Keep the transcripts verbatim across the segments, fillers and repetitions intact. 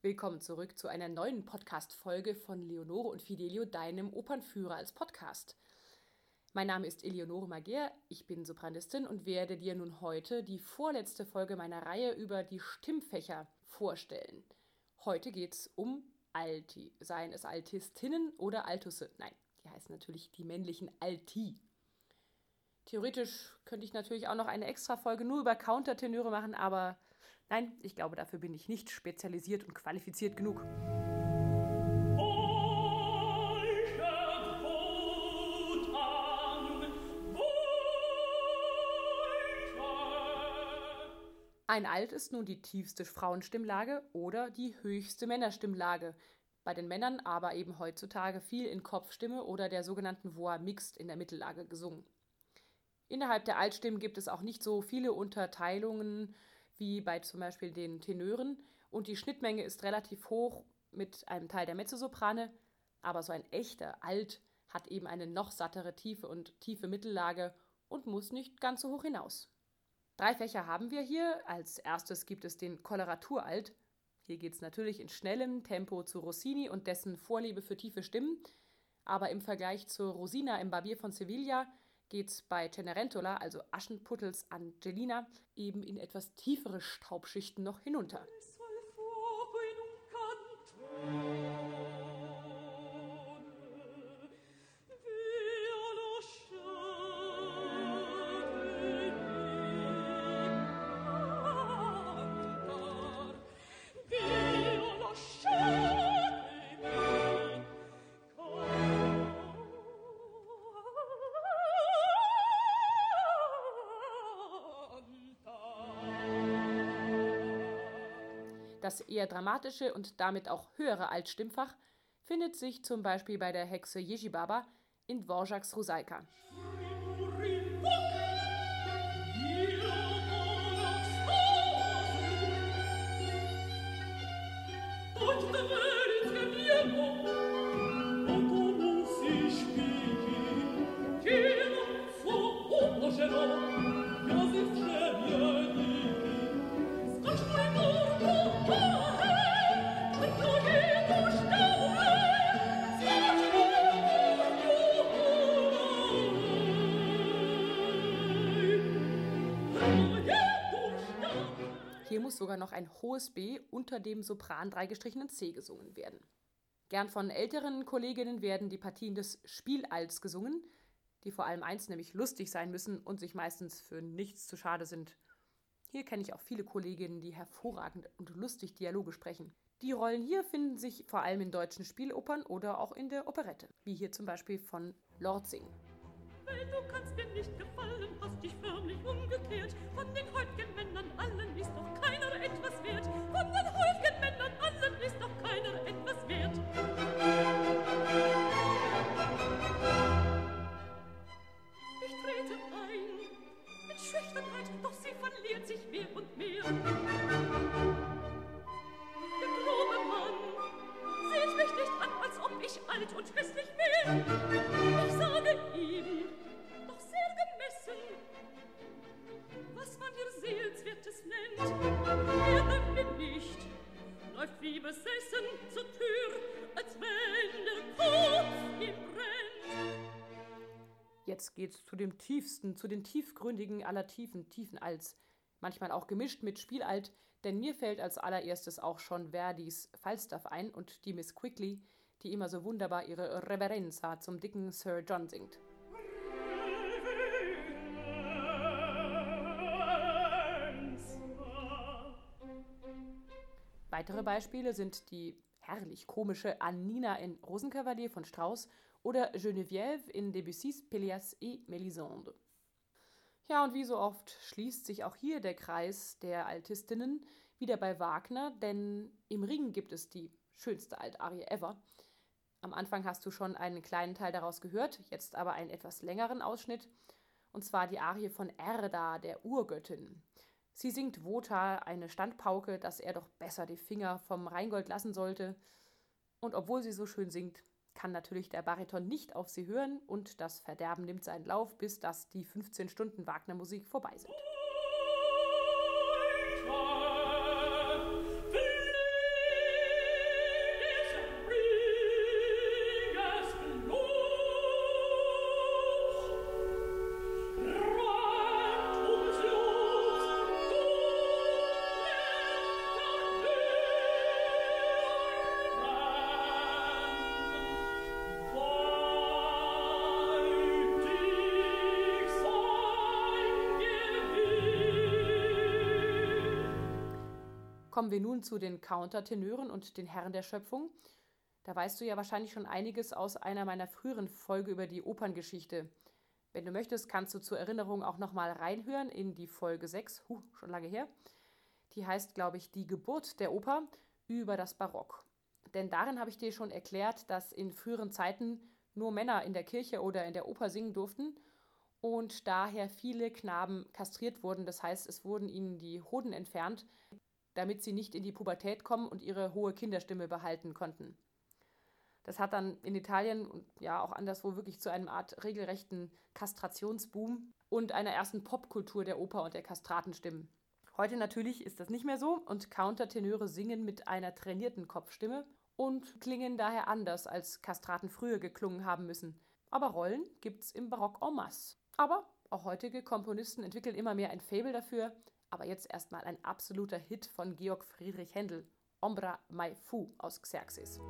Willkommen zurück zu einer neuen Podcast-Folge von Leonore und Fidelio, deinem Opernführer als Podcast. Mein Name ist Eleonore Magier, ich bin Sopranistin und werde dir nun heute die vorletzte Folge meiner Reihe über die Stimmfächer vorstellen. Heute geht es um Alti, seien es Altistinnen oder Altusse. Nein, die heißen natürlich die männlichen Alti. Theoretisch könnte ich natürlich auch noch eine extra Folge nur über Countertenöre machen, aber nein, ich glaube, dafür bin ich nicht spezialisiert und qualifiziert genug. Ein Alt ist nun die tiefste Frauenstimmlage oder die höchste Männerstimmlage. Bei den Männern aber eben heutzutage viel in Kopfstimme oder der sogenannten Voix mixte in der Mittellage gesungen. Innerhalb der Altstimmen gibt es auch nicht so viele Unterteilungen wie bei zum Beispiel den Tenören und die Schnittmenge ist relativ hoch mit einem Teil der Mezzosoprane, aber so ein echter Alt hat eben eine noch sattere Tiefe und tiefe Mittellage und muss nicht ganz so hoch hinaus. Drei Fächer haben wir hier. Als erstes gibt es den Coloraturalt. Hier geht es natürlich in schnellem Tempo zu Rossini und dessen Vorliebe für tiefe Stimmen, aber im Vergleich zur Rosina im Barbier von Sevilla geht es bei Cenerentola, also Aschenputtels Angelina, eben in etwas tiefere Staubschichten noch hinunter. Das eher dramatische und damit auch höhere Altstimmfach findet sich zum Beispiel bei der Hexe Jezibaba in Dvořáks Rusalka. Hier muss sogar noch ein hohes B unter dem Sopran dreigestrichenen C gesungen werden. Gern von älteren Kolleginnen werden die Partien des Spielalts gesungen, die vor allem eins, nämlich lustig sein müssen und sich meistens für nichts zu schade sind. Hier kenne ich auch viele Kolleginnen, die hervorragend und lustig Dialoge sprechen. Die Rollen hier finden sich vor allem in deutschen Spielopern oder auch in der Operette, wie hier zum Beispiel von Lortzing. Weil du kannst mir nicht gefallen, hast dich förmlich umgekehrt. Von den heutigen Männern allen ist doch keiner etwas wert. Von den heutigen Männern allen ist doch keiner etwas wert. Ich trete ein, mit Schüchternheit, doch sie verliert sich mehr und mehr. Der grobe Mann sieht mich nicht an, als ob ich alt und hässlich wäre. Ich sage ihm, doch sehr gemessen, was man hier Sehenswertes nennt. Er dämpft mir nicht, läuft wie besessen zur Tür, als wenn der Kopf ihm brennt. Jetzt geht's zu dem tiefsten, zu den tiefgründigen aller Tiefen, tiefen Alts. Manchmal auch gemischt mit Spielalt, denn mir fällt als allererstes auch schon Verdis Falstaff ein und die Miss Quickly, die immer so wunderbar ihre Reverenza zum dicken Sir John singt. Weitere Beispiele sind die herrlich komische Annina in Rosenkavalier von Strauss oder Geneviève in Debussys Péléas et Mélisande. Ja, und wie so oft schließt sich auch hier der Kreis der Altistinnen wieder bei Wagner, denn im Ring gibt es die schönste Altarie ever. Am Anfang hast du schon einen kleinen Teil daraus gehört, jetzt aber einen etwas längeren Ausschnitt, und zwar die Arie von Erda, der Urgöttin. Sie singt Wotan eine Standpauke, dass er doch besser die Finger vom Rheingold lassen sollte. Und obwohl sie so schön singt, kann natürlich der Bariton nicht auf sie hören und das Verderben nimmt seinen Lauf, bis dass die fünfzehn Stunden Wagner-Musik vorbei sind. Kommen wir nun zu den Countertenören und den Herren der Schöpfung. Da weißt du ja wahrscheinlich schon einiges aus einer meiner früheren Folgen über die Operngeschichte. Wenn du möchtest, kannst du zur Erinnerung auch nochmal reinhören in die Folge sechs, huh, schon lange her. Die heißt, glaube ich, Die Geburt der Oper über das Barock. Denn darin habe ich dir schon erklärt, dass in früheren Zeiten nur Männer in der Kirche oder in der Oper singen durften und daher viele Knaben kastriert wurden. Das heißt, es wurden ihnen die Hoden entfernt, damit sie nicht in die Pubertät kommen und ihre hohe Kinderstimme behalten konnten. Das hat dann in Italien und ja auch anderswo wirklich zu einer Art regelrechten Kastrationsboom und einer ersten Popkultur der Oper und der Kastratenstimmen. Heute natürlich ist das nicht mehr so und Countertenöre singen mit einer trainierten Kopfstimme und klingen daher anders, als Kastraten früher geklungen haben müssen. Aber Rollen gibt's im Barock en masse. Aber auch heutige Komponisten entwickeln immer mehr ein Faible dafür. Aber jetzt erstmal ein absoluter Hit von Georg Friedrich Händel, Ombra mai fu aus Xerxes.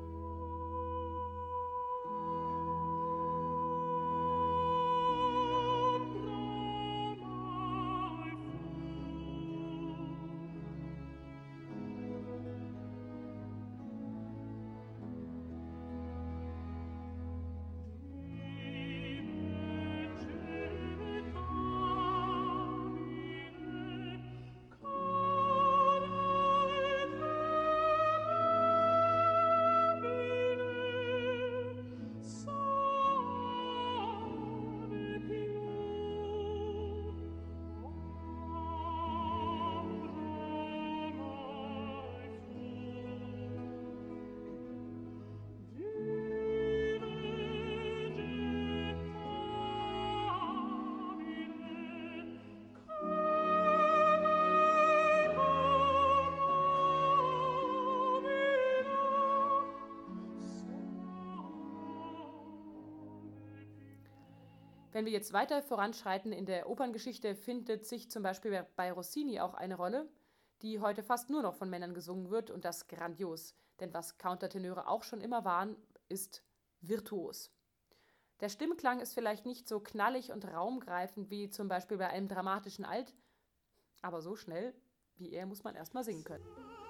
Wenn wir jetzt weiter voranschreiten in der Operngeschichte, findet sich zum Beispiel bei Rossini auch eine Rolle, die heute fast nur noch von Männern gesungen wird und das grandios. Denn was Countertenöre auch schon immer waren, ist virtuos. Der Stimmklang ist vielleicht nicht so knallig und raumgreifend wie zum Beispiel bei einem dramatischen Alt, aber so schnell wie er muss man erstmal singen können.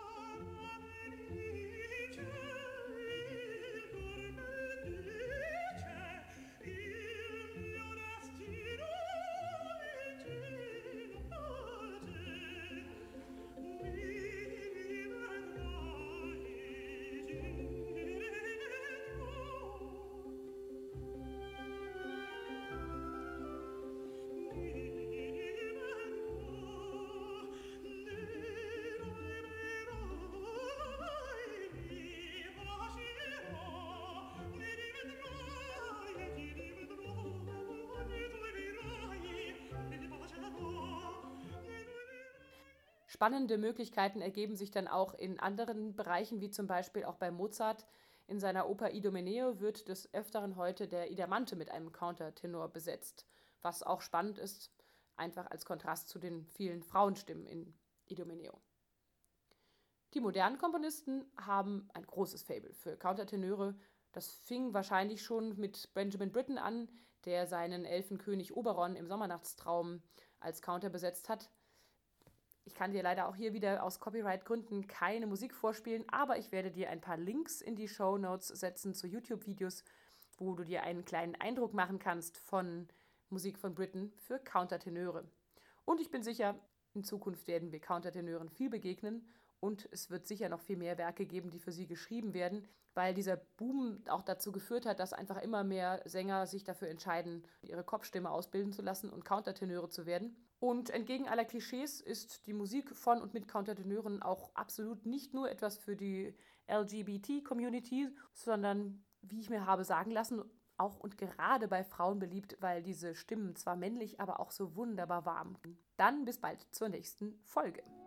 Spannende Möglichkeiten ergeben sich dann auch in anderen Bereichen, wie zum Beispiel auch bei Mozart. In seiner Oper Idomeneo wird des Öfteren heute der Idamante mit einem Countertenor besetzt, was auch spannend ist, einfach als Kontrast zu den vielen Frauenstimmen in Idomeneo. Die modernen Komponisten haben ein großes Faible für Countertenöre. Das fing wahrscheinlich schon mit Benjamin Britten an, der seinen Elfenkönig Oberon im Sommernachtstraum als Counter besetzt hat. Ich kann dir leider auch hier wieder aus Copyright-Gründen keine Musik vorspielen, aber ich werde dir ein paar Links in die Shownotes setzen zu YouTube-Videos, wo du dir einen kleinen Eindruck machen kannst von Musik von Britten für Countertenöre. Und ich bin sicher, in Zukunft werden wir Countertenören viel begegnen und es wird sicher noch viel mehr Werke geben, die für sie geschrieben werden, weil dieser Boom auch dazu geführt hat, dass einfach immer mehr Sänger sich dafür entscheiden, ihre Kopfstimme ausbilden zu lassen und Countertenöre zu werden. Und entgegen aller Klischees ist die Musik von und mit Countertenören auch absolut nicht nur etwas für die L G B T-Community, sondern, wie ich mir habe sagen lassen, auch und gerade bei Frauen beliebt, weil diese Stimmen zwar männlich, aber auch so wunderbar warm. Dann bis bald zur nächsten Folge.